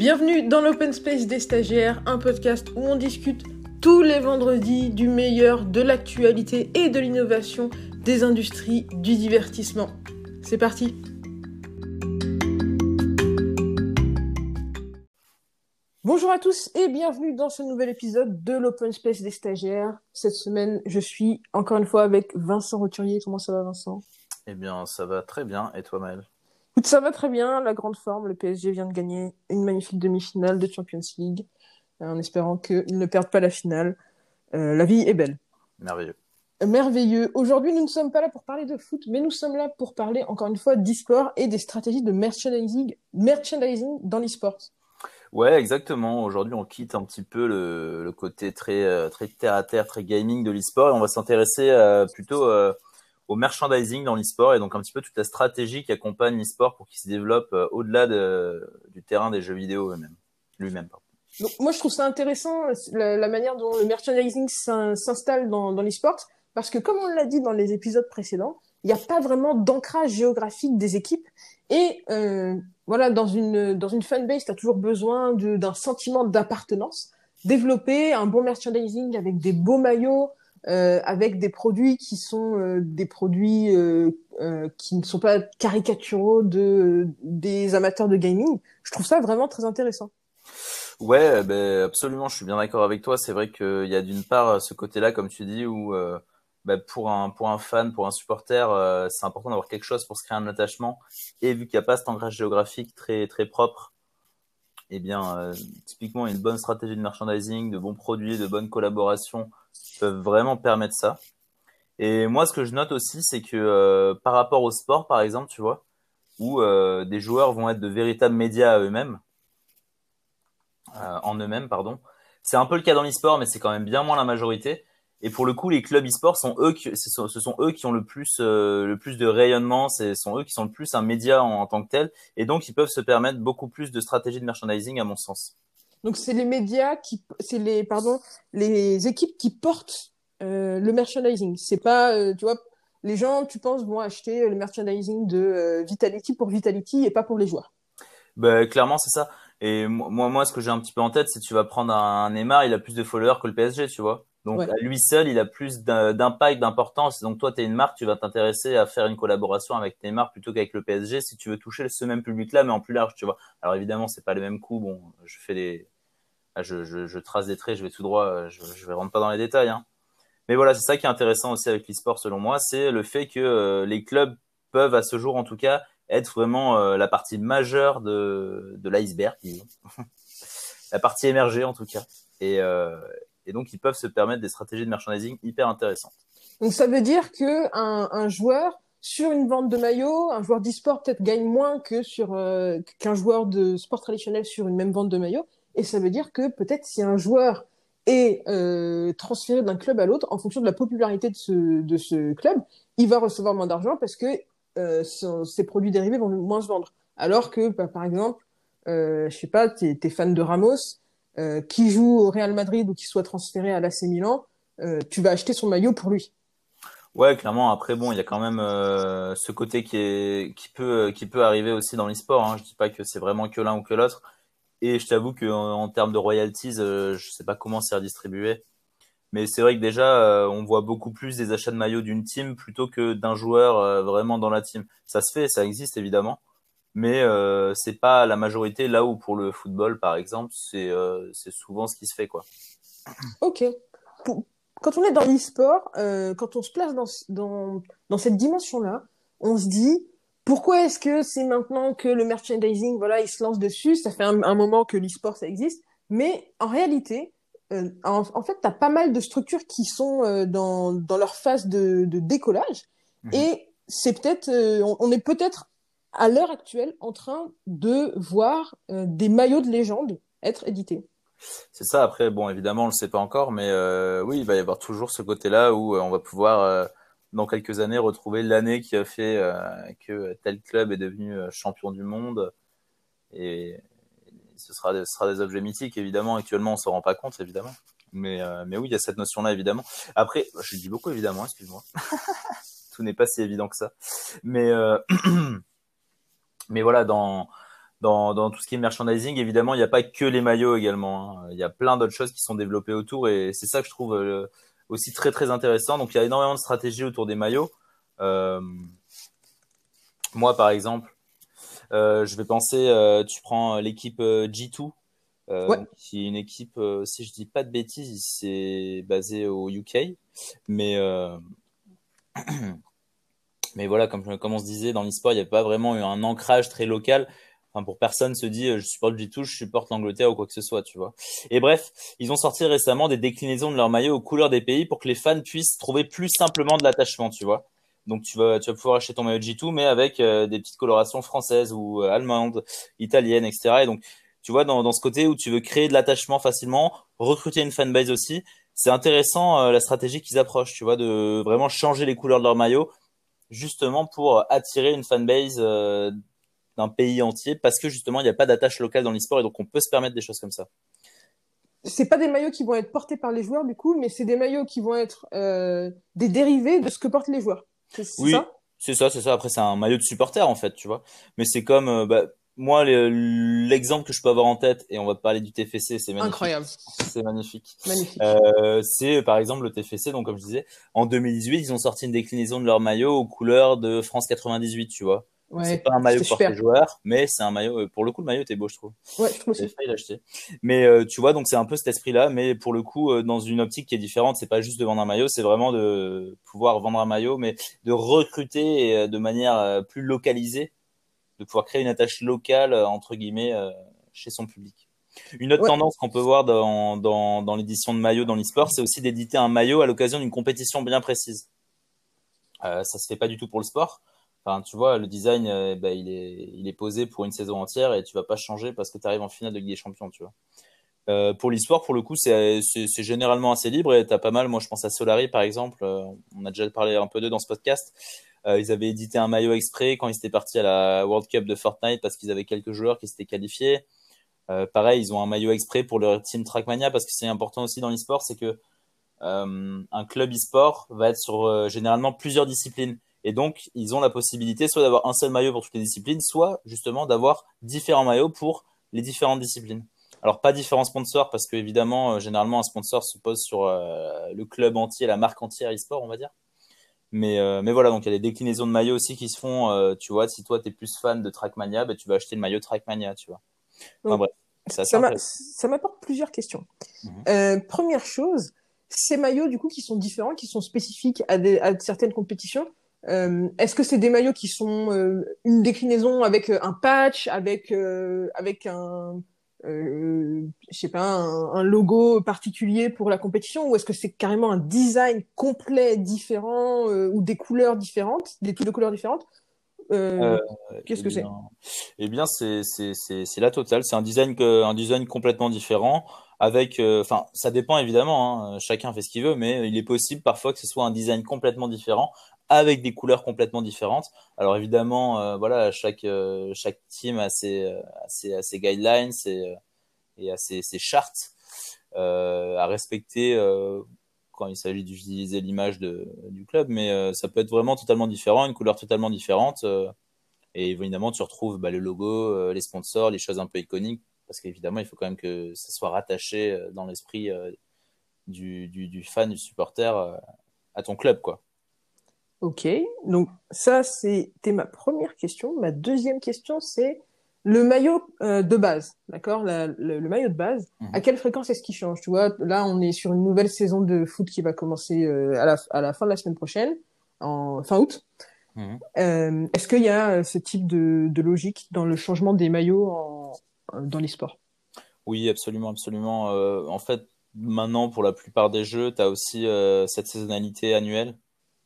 Bienvenue dans l'Open Space des stagiaires, un podcast où on discute tous les vendredis du meilleur de l'actualité et de l'innovation des industries du divertissement. C'est parti! Bonjour à tous et bienvenue dans ce nouvel épisode de l'Open Space des stagiaires. Cette semaine, je suis encore une fois avec Vincent Roturier. Comment ça va, Vincent? Eh bien, ça va très bien. Et toi, Maël? Écoute, ça va très bien, la grande forme. Le PSG vient de gagner une magnifique demi-finale de Champions League, en espérant qu'ils ne perdent pas la finale. La vie est belle. Merveilleux. Merveilleux. Aujourd'hui, nous ne sommes pas là pour parler de foot, mais nous sommes là pour parler, encore une fois, d'e-sport et des stratégies de merchandising dans l'e-sport. Ouais, exactement. Aujourd'hui, on quitte un petit peu le côté très terre à terre, très gaming de l'e-sport et on va s'intéresser plutôt au merchandising dans l'e-sport et donc un petit peu toute la stratégie qui accompagne l'e-sport pour qu'il se développe au-delà du terrain des jeux vidéo lui-même. Pardon. Donc, moi, je trouve ça intéressant, la manière dont le merchandising s'installe dans l'e-sport, parce que comme on l'a dit dans les épisodes précédents, il n'y a pas vraiment d'ancrage géographique des équipes. Et voilà, dans une fanbase, tu as toujours besoin d'un sentiment d'appartenance. Développer un bon merchandising avec des beaux maillots, avec des produits qui sont des produits qui ne sont pas caricaturaux des amateurs de gaming. Je trouve ça vraiment très intéressant. Ouais, ben absolument, je suis bien d'accord avec toi. C'est vrai qu'il y a d'une part ce côté-là, comme tu dis, où pour un fan, pour un supporter, c'est important d'avoir quelque chose pour se créer un attachement. Et vu qu'il n'y a pas cet ancrage géographique très très propre, eh bien typiquement une bonne stratégie de merchandising, de bons produits, de bonnes collaborations peuvent vraiment permettre ça. Et moi, ce que je note aussi, c'est que par rapport au sport, par exemple, tu vois, où des joueurs vont être de véritables médias à eux-mêmes. En eux-mêmes, pardon. C'est un peu le cas dans l'e-sport, mais c'est quand même bien moins la majorité. Et pour le coup, les clubs e-sport ce sont eux qui ont le plus de rayonnement. Ce sont eux qui sont le plus un média en tant que tel. Et donc, ils peuvent se permettre beaucoup plus de stratégies de merchandising, à mon sens. Donc c'est les médias les équipes qui portent le merchandising. C'est pas, tu vois, les gens, tu penses, vont acheter le merchandising de Vitality pour Vitality et pas pour les joueurs. Ben, clairement, c'est ça. Et moi, ce que j'ai un petit peu en tête, c'est que tu vas prendre un Neymar, il a plus de followers que le PSG, tu vois. Donc, Ouais. à lui seul, il a plus d'impact, d'importance. Donc, toi, tu es une marque, tu vas t'intéresser à faire une collaboration avec Neymar plutôt qu'avec le PSG si tu veux toucher ce même public-là, mais en plus large, tu vois. Alors, évidemment, c'est pas les mêmes coups. Bon, je trace des traits, je vais tout droit, je vais rentrer pas dans les détails, hein. Mais voilà, c'est ça qui est intéressant aussi avec l'e-sport, selon moi, c'est le fait que les clubs peuvent, à ce jour en tout cas, être vraiment la partie majeure de l'iceberg, disons. La partie émergée en tout cas. Et donc, ils peuvent se permettre des stratégies de merchandising hyper intéressantes. Donc ça veut dire que un joueur sur une vente de maillot, un joueur d'e-sport peut-être gagne moins qu'un joueur de sport traditionnel sur une même vente de maillot. Et ça veut dire que peut-être si un joueur est transféré d'un club à l'autre en fonction de la popularité de ce club, il va recevoir moins d'argent parce que ses produits dérivés vont moins se vendre. Alors que, bah, par exemple, je sais pas, t'es fan de Ramos, qui joue au Real Madrid ou qui soit transféré à l'AC Milan, tu vas acheter son maillot pour lui. Ouais, clairement. Après, bon, il y a quand même ce côté qui peut arriver aussi dans l'e-sport, hein. Je dis pas que c'est vraiment que l'un ou que l'autre. Et je t'avoue que en termes de royalties, je sais pas comment c'est redistribué. Mais c'est vrai que déjà, on voit beaucoup plus des achats de maillots d'une team plutôt que d'un joueur vraiment dans la team. Ça se fait, ça existe évidemment, mais c'est pas la majorité. Là où pour le football, par exemple, c'est souvent ce qui se fait, quoi. Ok. Pour- Quand on est dans l'e-sport, quand on se place dans cette dimension-là, on se dit, pourquoi est-ce que c'est maintenant que le merchandising, voilà, il se lance dessus? Ça fait un moment que l'e-sport, ça existe. Mais en réalité, en fait, tu as pas mal de structures qui sont dans leur phase de décollage. Mhm. Et c'est peut-être, on est peut-être à l'heure actuelle en train de voir des maillots de légende être édités. C'est ça. Après, bon, évidemment, on le sait pas encore, mais oui, il va y avoir toujours ce côté-là où on va pouvoir, dans quelques années, retrouver l'année qui a fait que tel club est devenu champion du monde. Et ce sera des objets mythiques, évidemment. Actuellement, on s'en rend pas compte, évidemment. Mais oui, il y a cette notion-là, évidemment. Après, je dis beaucoup, évidemment, excuse-moi. Tout n'est pas si évident que ça. Mais, mais voilà, dans tout ce qui est merchandising, évidemment, il n'y a pas que les maillots également, hein. Il y a plein d'autres choses qui sont développées autour et c'est ça que je trouve aussi très très intéressant. Donc il y a énormément de stratégies autour des maillots. Euh, Moi, par exemple, je vais penser, tu prends l'équipe G2, Ouais, qui est une équipe, si je dis pas de bêtises, c'est basé au UK, mais mais voilà, comme on se disait dans l'e-sport, il n'y a pas vraiment eu un ancrage très local. Enfin, pour personne se dit je supporte G2, je supporte l'Angleterre ou quoi que ce soit, tu vois. Et bref, ils ont sorti récemment des déclinaisons de leur maillot aux couleurs des pays pour que les fans puissent trouver plus simplement de l'attachement, tu vois. Donc tu vas pouvoir acheter ton maillot de G2, mais avec des petites colorations françaises ou allemandes, italiennes, etc. Et donc, tu vois, dans ce côté où tu veux créer de l'attachement facilement, recruter une fanbase aussi, c'est intéressant la stratégie qu'ils approchent, tu vois, de vraiment changer les couleurs de leur maillot justement pour attirer une fanbase d'un pays entier parce que justement il n'y a pas d'attache locale dans l'e-sport et donc on peut se permettre des choses comme ça. c'est pas des maillots qui vont être portés par les joueurs du coup, mais c'est des maillots qui vont être des dérivés de ce que portent les joueurs. C'est Oui, ça? c'est ça. Après c'est un maillot de supporter en fait, tu vois. Mais c'est comme moi l'exemple que je peux avoir en tête et on va parler du TFC, c'est magnifique. Incroyable, C'est magnifique. magnifique. C'est par exemple le TFC, donc comme je disais, en 2018, ils ont sorti une déclinaison de leur maillot aux couleurs de France 98, tu vois. Donc c'est Ouais, pas un maillot c'était que portent super. les joueurs, mais c'est un maillot. Pour le coup, le maillot était beau, je trouve. Ouais, je trouve J'avais aussi. failli l'acheter. Mais tu vois, donc c'est un peu cet esprit-là, mais pour le coup, dans une optique qui est différente, c'est pas juste de vendre un maillot, c'est vraiment de pouvoir vendre un maillot, mais de recruter de manière plus localisée, de pouvoir créer une attache locale, entre guillemets, chez son public. Une autre Ouais, tendance qu'on peut voir dans l'édition de maillot dans l'e-sport, c'est aussi d'éditer un maillot à l'occasion d'une compétition bien précise. Ça se fait pas du tout pour le sport. Enfin, tu vois, le design, il est posé pour une saison entière et tu vas pas changer parce que tu arrives en finale de Ligue des Champions, tu vois. Pour l'e-sport, pour le coup, c'est généralement assez libre et t'as pas mal. Moi, je pense à Solari, par exemple. On a déjà parlé un peu d'eux dans ce podcast. Ils avaient édité un maillot exprès quand ils étaient partis à la World Cup de Fortnite parce qu'ils avaient quelques joueurs qui s'étaient qualifiés. Pareil, ils ont un maillot exprès pour leur team Trackmania parce que c'est important aussi dans l'e-sport, c'est que un club e-sport va être sur généralement plusieurs disciplines. Et donc, ils ont la possibilité soit d'avoir un seul maillot pour toutes les disciplines, soit justement d'avoir différents maillots pour les différentes disciplines. Alors, pas différents sponsors, parce que évidemment, généralement, un sponsor se pose sur le club entier, la marque entière e-sport, on va dire. Mais voilà, donc il y a des déclinaisons de maillots aussi qui se font. Tu vois, si toi, tu es plus fan de Trackmania, bah, tu vas acheter le maillot Trackmania, tu vois. Enfin donc bref, c'est assez intéressant. ça m'apporte plusieurs questions. Mhm. Première chose, ces maillots du coup qui sont différents, qui sont spécifiques à certaines compétitions, est-ce que c'est des maillots qui sont une déclinaison avec un patch, avec un je sais pas un logo particulier pour la compétition, ou est-ce que c'est carrément un design complet différent ou des couleurs différentes, des types de couleurs différentes? Euh, Euh, eh Qu'est-ce que bien, c'est? c'est la totale. C'est un design complètement différent. Avec, enfin, ça dépend évidemment, hein, chacun fait ce qu'il veut, mais il est possible parfois que ce soit un design complètement différent avec des couleurs complètement différentes. Alors évidemment, voilà, chaque team a ses guidelines et a ses chartes à respecter quand il s'agit d'utiliser l'image du club, mais ça peut être vraiment totalement différent, une couleur totalement différente. Et évidemment, tu retrouves le logo, les sponsors, les choses un peu iconiques, parce qu'évidemment, il faut quand même que ça soit rattaché dans l'esprit du fan, du supporter à ton club, quoi. Ok, donc ça c'était ma première question. Ma deuxième question c'est le maillot de base, d'accord? Le maillot de base, à Mhm. quelle fréquence est-ce qu'il change? Tu vois, là on est sur une nouvelle saison de foot qui va commencer à la fin de la semaine prochaine, en fin août. Mhm. Est-ce qu'il y a ce type de logique dans le changement des maillots dans les sports? Oui, absolument, absolument. En fait, maintenant, pour la plupart des jeux, tu as aussi cette saisonnalité annuelle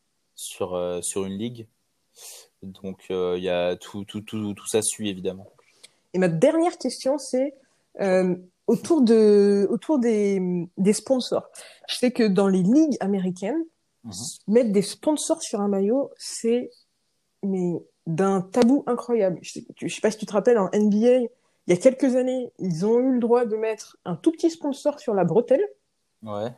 sur une ligue. Donc, il y a tout ça suit, évidemment. Et ma dernière question, c'est euh, autour des sponsors. Je sais que dans les ligues américaines, Mhm. mettre des sponsors sur un maillot, c'est mais d'un tabou incroyable. Je sais pas si tu te rappelles, en NBA, il y a quelques années, ils ont eu le droit de mettre un tout petit sponsor sur la bretelle. Ouais.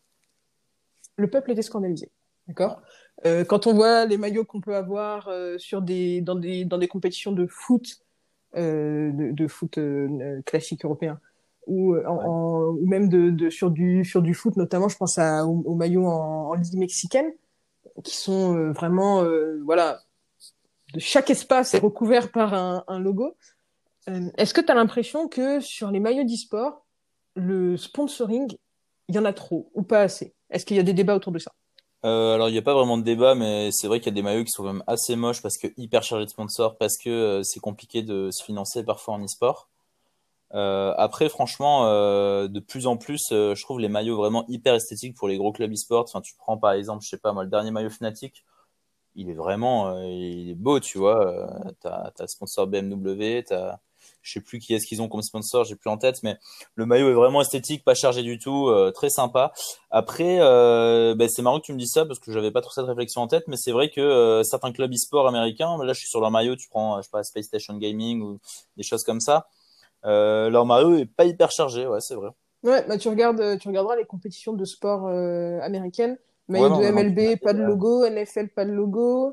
Le peuple était scandalisé. Ouais. D'accord? Quand on voit les maillots qu'on peut avoir dans des compétitions de foot de foot classique européen. Ouais. Ou même sur du foot, notamment, je pense aux maillots en Ligue mexicaine, qui sont vraiment, voilà, de chaque espace est recouvert par un logo. Est-ce que tu as l'impression que sur les maillots d'e-sport, le sponsoring, il y en a trop ou pas assez? Est-ce qu'il y a des débats autour de ça? Alors, il n'y a pas vraiment de débat, mais c'est vrai qu'il y a des maillots qui sont quand même assez moches parce que hyper chargés de sponsors, parce que c'est compliqué de se financer parfois en e-sport. Après, franchement, de plus en plus, je trouve les maillots vraiment hyper esthétiques pour les gros clubs e-sport. Enfin, tu prends par exemple, je sais pas moi, le dernier maillot Fnatic, il est vraiment, il est beau, tu vois. T'as le sponsor BMW, je sais plus qui est-ce qu'ils ont comme sponsor, j'ai plus en tête, mais le maillot est vraiment esthétique, pas chargé du tout, très sympa. Après, ben, c'est marrant que tu me dises ça parce que j'avais pas trop cette réflexion en tête, mais c'est vrai que certains clubs e-sport américains, là je suis sur leur maillot, tu prends, je sais pas, Space Station Gaming ou des choses comme ça, leur maillot est pas hyper chargé, ouais, c'est vrai. Ouais, bah tu regarderas les compétitions de sport américaines. Ouais, Maillot non, de maintenant tu m'as MLB, dit, pas de logo. NFL, pas de logo.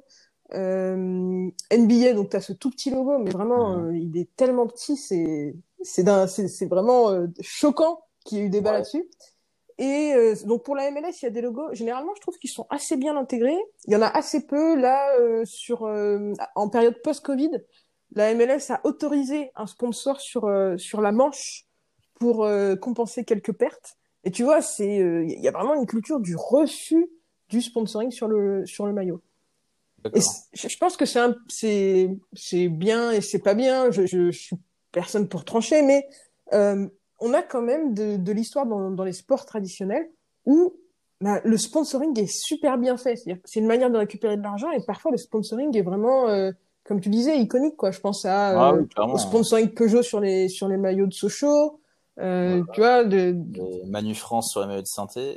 NBA, donc tu as ce tout petit logo, mais vraiment, ouais. il est tellement petit, c'est vraiment choquant qu'il y ait eu débat Ouais. là-dessus. Et donc pour la MLS, il y a des logos. Généralement, je trouve qu'ils sont assez bien intégrés. Il y en a assez peu là en période post-Covid. La MLS a autorisé un sponsor sur la manche pour compenser quelques pertes. Et tu vois, il y a vraiment une culture du refus du sponsoring sur le maillot. Et D'accord. je pense que c'est bien et c'est pas bien. Je suis personne pour trancher, mais euh, on a quand même de l'histoire dans les sports traditionnels où bah, le sponsoring est super bien fait. C'est une manière de récupérer de l'argent et parfois le sponsoring est vraiment, comme tu disais, iconique, quoi. Je pense Ah oui, au clairement. sponsoring Peugeot sur les maillots de Sochaux. Tu Voilà. vois, Manu France sur les maillots de synthé.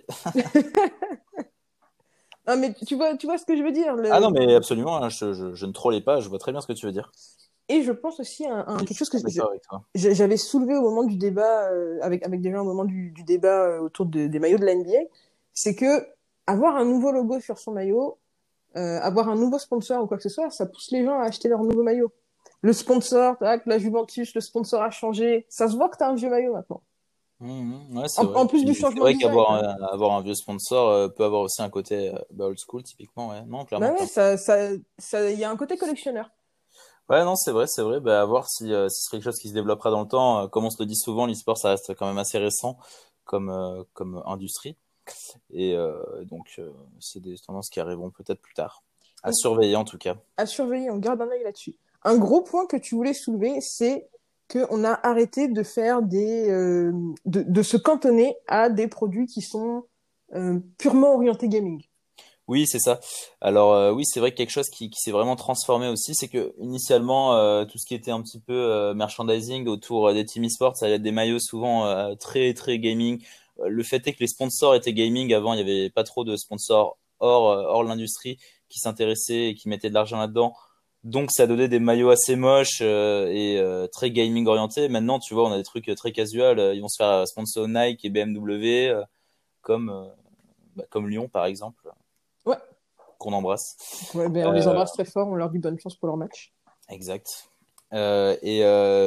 ah, mais tu vois ce que je veux dire. Ah non, mais absolument, hein, je ne trollais pas, je vois très bien ce que tu veux dire. Et je pense aussi à Et je quelque suis chose que très d'accord avec toi. j'avais soulevé au moment du débat, avec des gens au moment du débat autour des maillots de la NBA, c'est que avoir un nouveau logo sur son maillot, avoir un nouveau sponsor ou quoi que ce soit, ça pousse les gens à acheter leur nouveau maillot. Le sponsor, tac, la Juventus, le sponsor a changé. Ça se voit que tu as un vieux maillot maintenant. Ouais, c'est vrai. En plus du Puis c'est changement de vrai design, hein. avoir un vieux sponsor peut avoir aussi un côté bah, old school, typiquement, ouais. Non, Bah clairement, ouais, clairement. il y a un côté collectionneur. Ouais, non, c'est vrai, c'est vrai. Bah, à voir si ce serait quelque chose qui se développera dans le temps. Comme on se le dit souvent, l'e-sport, ça reste quand même assez récent comme industrie. Et donc, c'est des tendances qui arriveront peut-être plus tard. À Donc, surveiller, en tout cas. à surveiller, on garde un œil là-dessus. Un gros point que tu voulais soulever, c'est qu'on a arrêté de faire de se cantonner à des produits qui sont purement orientés gaming. Oui, c'est ça. Alors oui, c'est vrai que quelque chose qui s'est vraiment transformé aussi, c'est que initialement tout ce qui était un petit peu merchandising autour des team esports, ça allait être des maillots souvent très très gaming. Le fait est que les sponsors étaient gaming avant, il y avait pas trop de sponsors hors l'industrie qui s'intéressaient et qui mettaient de l'argent là-dedans. Donc ça donnait des maillots assez moches et très gaming orientés. Maintenant, tu vois, on a des trucs très casual. Ils vont se faire sponsor Nike et BMW comme comme Lyon par exemple, Ouais, qu'on embrasse. ouais ben, on les Euh, embrasse très fort, on leur dit bonne chance pour leur match. exact. Euh, et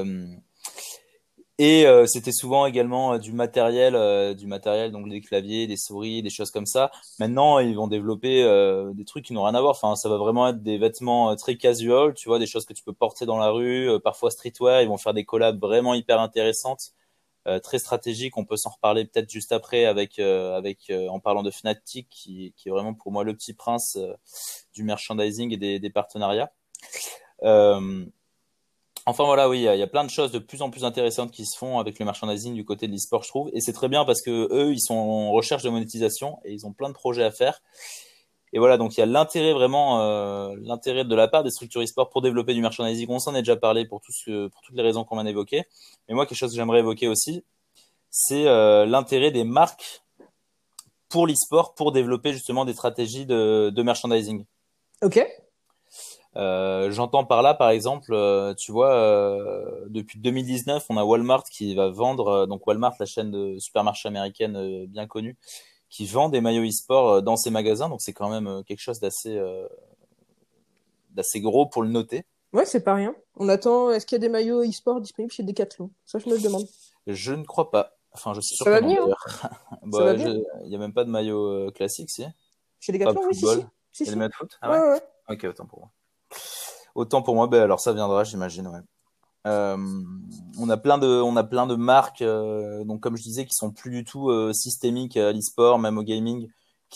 c'était souvent également du matériel, donc des claviers, des souris, des choses comme ça. Maintenant, ils vont développer des trucs qui n'ont rien à voir. Enfin, ça va vraiment être des vêtements très casual, tu vois, des choses que tu peux porter dans la rue, parfois streetwear. Ils vont faire des collabs vraiment hyper intéressantes, très stratégiques. On peut s'en reparler peut-être juste après en parlant de Fnatic, qui est vraiment pour moi le petit prince du merchandising et des partenariats. Euh, Enfin voilà, oui, il y a plein de choses de plus en plus intéressantes qui se font avec le merchandising du côté de l'e-sport, je trouve. Et c'est très bien parce que eux, ils sont en recherche de monétisation et ils ont plein de projets à faire. Et voilà, donc il y a l'intérêt vraiment, l'intérêt de la part des structures e-sport pour développer du merchandising. On s'en est déjà parlé pour toutes les raisons qu'on vient d'évoquer. Mais moi, quelque chose que j'aimerais évoquer aussi, c'est l'intérêt des marques pour l'e-sport pour développer justement des stratégies de merchandising. Ok. J'entends par là, par exemple, tu vois, depuis 2019, on a Walmart qui va vendre, donc Walmart, la chaîne de supermarché américaine bien connue, qui vend des maillots e-sport dans ses magasins. Donc c'est quand même quelque chose d'assez gros pour le noter. Ouais, c'est pas rien. On attend, est-ce qu'il y a des maillots e-sport disponibles chez Decathlon? Ça, je me le demande. Je ne crois pas. Enfin, je suis sûr Ça que va non venir, hein? d'ailleurs. Ça va Bah, venir. il y a même pas de maillot classique, si. Chez Pas de Decathlon, oui, si, football. si. Si, Il y a des si. maillots de foot? Ah Ouais, ouais? ouais, ouais. Ok, autant pour moi. Autant pour moi, ben alors ça viendra, j'imagine, ouais. Euh, on a plein de marques, donc comme je disais, qui sont plus du tout systémiques à l'e-sport, même au gaming,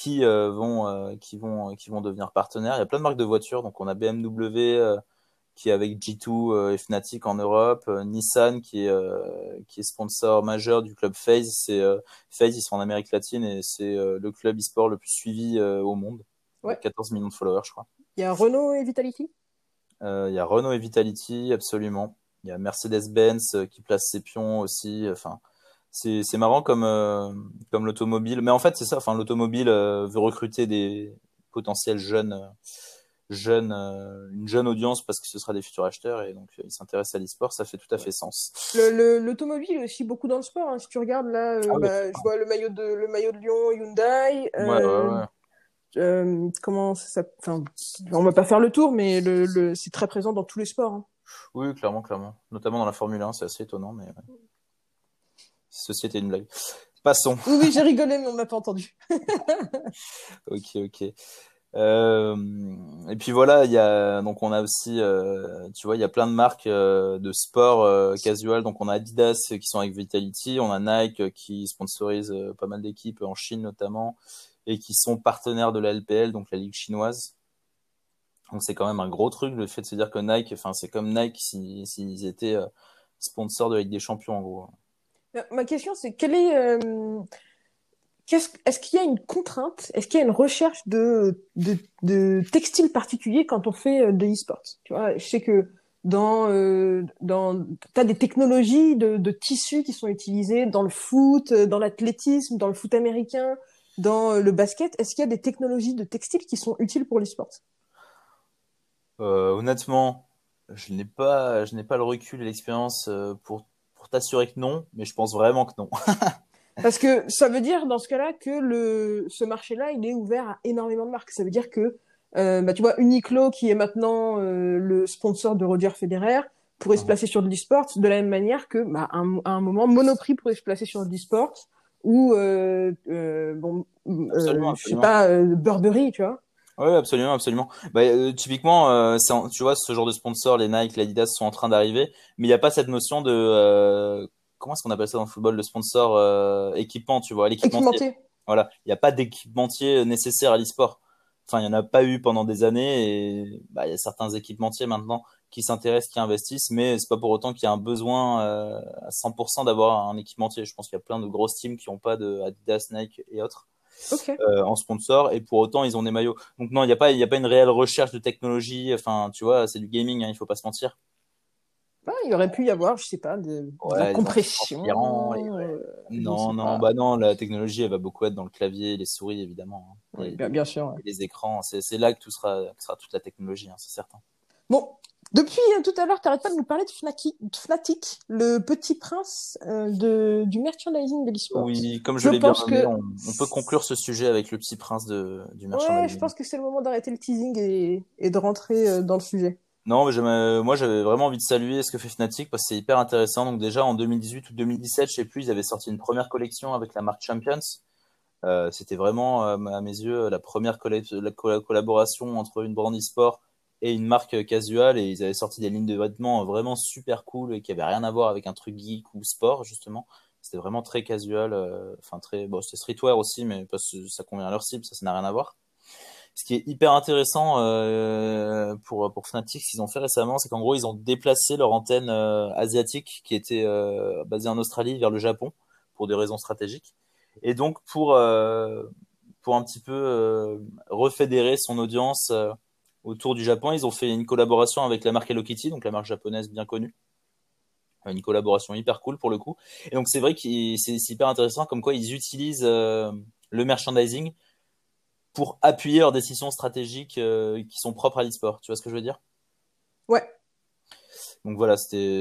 qui vont devenir partenaires. Il y a plein de marques de voitures, donc on a BMW qui est avec G2 et Fnatic en Europe, Nissan qui est sponsor majeur du club FaZe. FaZe, ils sont en Amérique latine et c'est le club e-sport le plus suivi au monde, Ouais. avec 14 millions de followers, je crois. Il y a Renault et Vitality. Il y a Renault et Vitality, absolument. Il y a Mercedes-Benz qui place ses pions aussi. Enfin, c'est marrant comme l'automobile. Mais en fait, c'est ça. Enfin, l'automobile veut recruter des potentiels une jeune audience parce que ce sera des futurs acheteurs et donc ils s'intéressent à l'e-sport. Ça fait tout à fait sens. L'automobile est aussi beaucoup dans le sport, hein. Si tu regardes là, Ah oui, bah, je vois le maillot de Lyon, Hyundai. ouais, ouais, ouais. Comment ça, enfin, on va pas faire le tour, mais c'est très présent dans tous les sports, hein. Oui, clairement, clairement. Notamment dans la Formule 1, c'est assez étonnant, mais ouais. Ceci était une blague. Passons. Oui, oui, j'ai rigolé, mais on m'a pas entendu. Ok, ok. Euh, et puis voilà, il y a donc on a aussi, tu vois, il y a plein de marques de sport casual. Donc on a Adidas qui sont avec Vitality, on a Nike qui sponsorise pas mal d'équipes en Chine notamment et qui sont partenaires de la LPL, donc la ligue chinoise. Donc c'est quand même un gros truc le fait de se dire que Nike, enfin c'est comme Nike s'ils étaient sponsors de la Ligue des Champions en gros. Ma question, c'est est-ce qu'il y a une contrainte, est-ce qu'il y a une recherche de textile particulier quand on fait de l'e-sport? Tu vois, je sais que t'as des technologies de tissus qui sont utilisées dans le foot, dans l'athlétisme, dans le foot américain, dans le basket. Est-ce qu'il y a des technologies de textile qui sont utiles pour l'e-sport? Honnêtement, je n'ai pas le recul et l'expérience pour t'assurer que non, mais je pense vraiment que non. Parce que ça veut dire dans ce cas-là que ce marché-là, il est ouvert à énormément de marques. Ça veut dire que, bah, tu vois, Uniqlo, qui est maintenant le sponsor de Roger Federer, pourrait se placer sur de l'e-sport de la même manière que, bah, à un moment, Monoprix pourrait se placer sur de l'e-sport ou, bon, Absolument, je sais absolument. pas, Burberry, tu vois. Oui, absolument, absolument. Bah, typiquement, tu vois, ce genre de sponsors, les Nike, l'Adidas sont en train d'arriver, mais il n'y a pas cette notion de comment est-ce qu'on appelle ça dans le football, le sponsor équipement, tu vois, l'équipementier. Équipementier. Voilà, il n'y a pas d'équipementier nécessaire à l'e-sport. Enfin, il n'y en a pas eu pendant des années et bah, il y a certains équipementiers maintenant qui s'intéressent, qui investissent, mais c'est pas pour autant qu'il y a un besoin à 100% d'avoir un équipementier. Je pense qu'il y a plein de grosses teams qui n'ont pas de Adidas, Nike et autres Ok. en sponsor et pour autant ils ont des maillots. Donc non, il y a pas une réelle recherche de technologie. Enfin, tu vois, c'est du gaming, hein, il faut pas se mentir. Bah, il aurait pu y avoir, je sais pas, de la Ouais, les compression, antitranspirants et ouais. je ne sais Non, non, pas. bah non, la technologie elle va beaucoup être dans le clavier, les souris évidemment, hein, Oui, bien sûr, ouais. et les écrans. C'est là que sera toute la technologie, hein, c'est certain. Bon, depuis tout à l'heure, t'arrêtes pas de nous parler de Fnatic, le petit prince du merchandising de l'e-sport. Oui, comme je Je l'ai bien pense nommé, que, on peut conclure ce sujet avec le petit prince du ouais, je merchandising. pense que c'est le moment d'arrêter le teasing et de rentrer dans le sujet. Non, mais moi j'avais vraiment envie de saluer ce que fait Fnatic parce que c'est hyper intéressant. Donc déjà en 2018 ou 2017, je sais plus, ils avaient sorti une première collection avec la marque Champions. C'était vraiment à mes yeux la première collaboration entre une brand e-sport et une marque casual et ils avaient sorti des lignes de vêtements vraiment super cool et qui avaient rien à voir avec un truc geek ou sport justement. C'était vraiment très casual, enfin très bon, c'était streetwear aussi, mais parce que ça convient à leur cible, ça n'a rien à voir. Ce qui est hyper intéressant pour Fnatic, ce qu'ils ont fait récemment, c'est qu'en gros, ils ont déplacé leur antenne asiatique qui était basée en Australie vers le Japon pour des raisons stratégiques. Et donc, pour un petit peu refédérer son audience autour du Japon, ils ont fait une collaboration avec la marque Hello Kitty, donc la marque japonaise bien connue. Une collaboration hyper cool pour le coup. Et donc, c'est vrai que c'est hyper intéressant comme quoi ils utilisent le merchandising pour appuyer leurs décisions stratégiques qui sont propres à l'e-sport. Tu vois ce que je veux dire? Ouais. Donc voilà,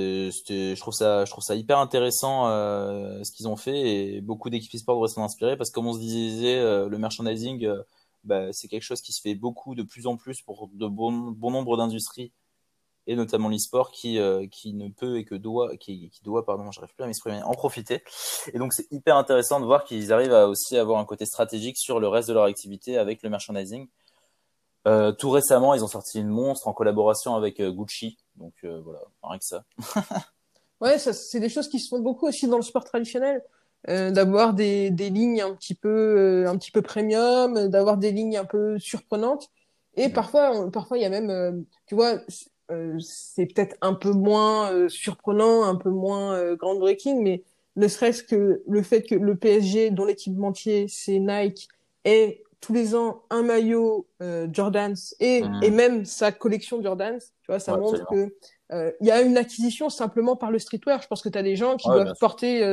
je trouve ça hyper intéressant ce qu'ils ont fait et beaucoup d'équipes e-sport devraient s'en inspirer parce que comme on se disait, le merchandising, bah, c'est quelque chose qui se fait beaucoup de plus en plus pour bon nombre d'industries et notamment l'e-sport qui ne peut et qui doit, pardon, j'arrive plus à m'exprimer, en profiter. Et donc c'est hyper intéressant de voir qu'ils arrivent à aussi avoir un côté stratégique sur le reste de leur activité avec le merchandising. Tout récemment, ils ont sorti une monstre en collaboration avec Gucci, donc voilà, rien que ça. Ouais, ça, c'est des choses qui se font beaucoup aussi dans le sport traditionnel, d'avoir des lignes un petit peu premium, d'avoir des lignes un peu surprenantes. Et parfois il y a même, tu vois, c'est peut-être un peu moins surprenant, un peu moins groundbreaking, mais ne serait-ce que le fait que le PSG, dont l'équipementier c'est Nike, ait tous les ans un maillot Jordans et Mhm. même sa collection Jordans, tu vois, ça Ouais, montre absolument. que il y a une acquisition simplement par le streetwear. Je pense que tu as des gens qui Ouais, bien doivent sûr. porter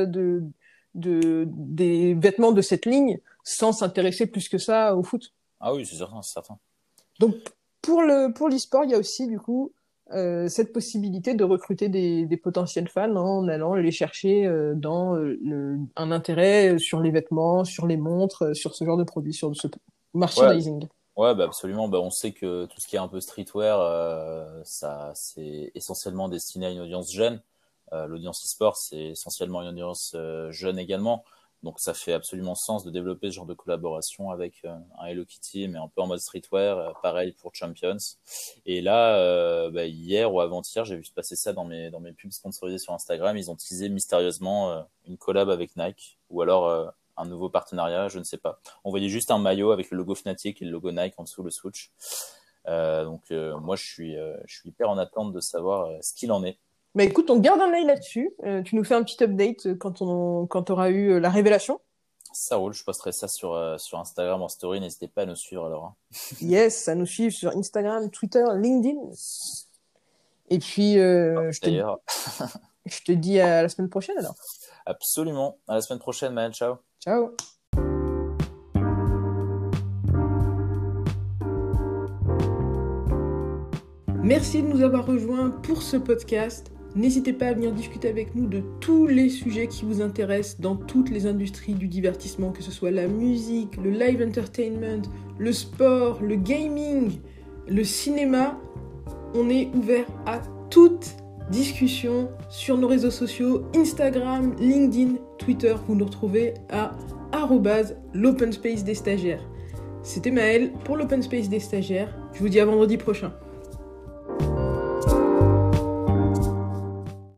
des vêtements de cette ligne sans s'intéresser plus que ça au foot. Ah oui, c'est certain, c'est certain. Donc, pour l'e-sport, il y a aussi, du coup, cette possibilité de recruter des potentiels fans en allant les chercher dans un intérêt sur les vêtements, sur les montres, sur ce genre de produits, sur ce Ouais, merchandising. ouais, bah absolument. Bah, on sait que tout ce qui est un peu streetwear, ça, c'est essentiellement destiné à une audience jeune. L'audience e-sport, c'est essentiellement une audience jeune également. Donc, ça fait absolument sens de développer ce genre de collaboration avec un Hello Kitty, mais un peu en mode streetwear. Pareil pour Champions. Et là, bah, hier ou avant-hier, j'ai vu se passer ça dans mes pubs sponsorisées sur Instagram. Ils ont teasé mystérieusement une collab avec Nike, ou alors un nouveau partenariat, je ne sais pas. On voyait juste un maillot avec le logo Fnatic et le logo Nike en dessous, le swoosh. Moi, je suis hyper en attente de savoir ce qu'il en est. Mais écoute, on garde un œil là-dessus. Tu nous fais un petit update quand t'auras eu la révélation. Ça roule, je posterai ça sur Instagram en story. N'hésitez pas à nous suivre alors, hein. Yes, à nous suivre sur Instagram, Twitter, LinkedIn. Et puis, D'ailleurs, je te dis à la semaine prochaine alors. absolument. À la semaine prochaine, man. Ciao. Ciao. Merci de nous avoir rejoints pour ce podcast. N'hésitez pas à venir discuter avec nous de tous les sujets qui vous intéressent dans toutes les industries du divertissement, que ce soit la musique, le live entertainment, le sport, le gaming, le cinéma. On est ouvert à toute discussion sur nos réseaux sociaux, Instagram, LinkedIn, Twitter. Vous nous retrouvez à @l'open space des stagiaires. C'était Maëlle pour l'Open Space des stagiaires. Je vous dis à vendredi prochain.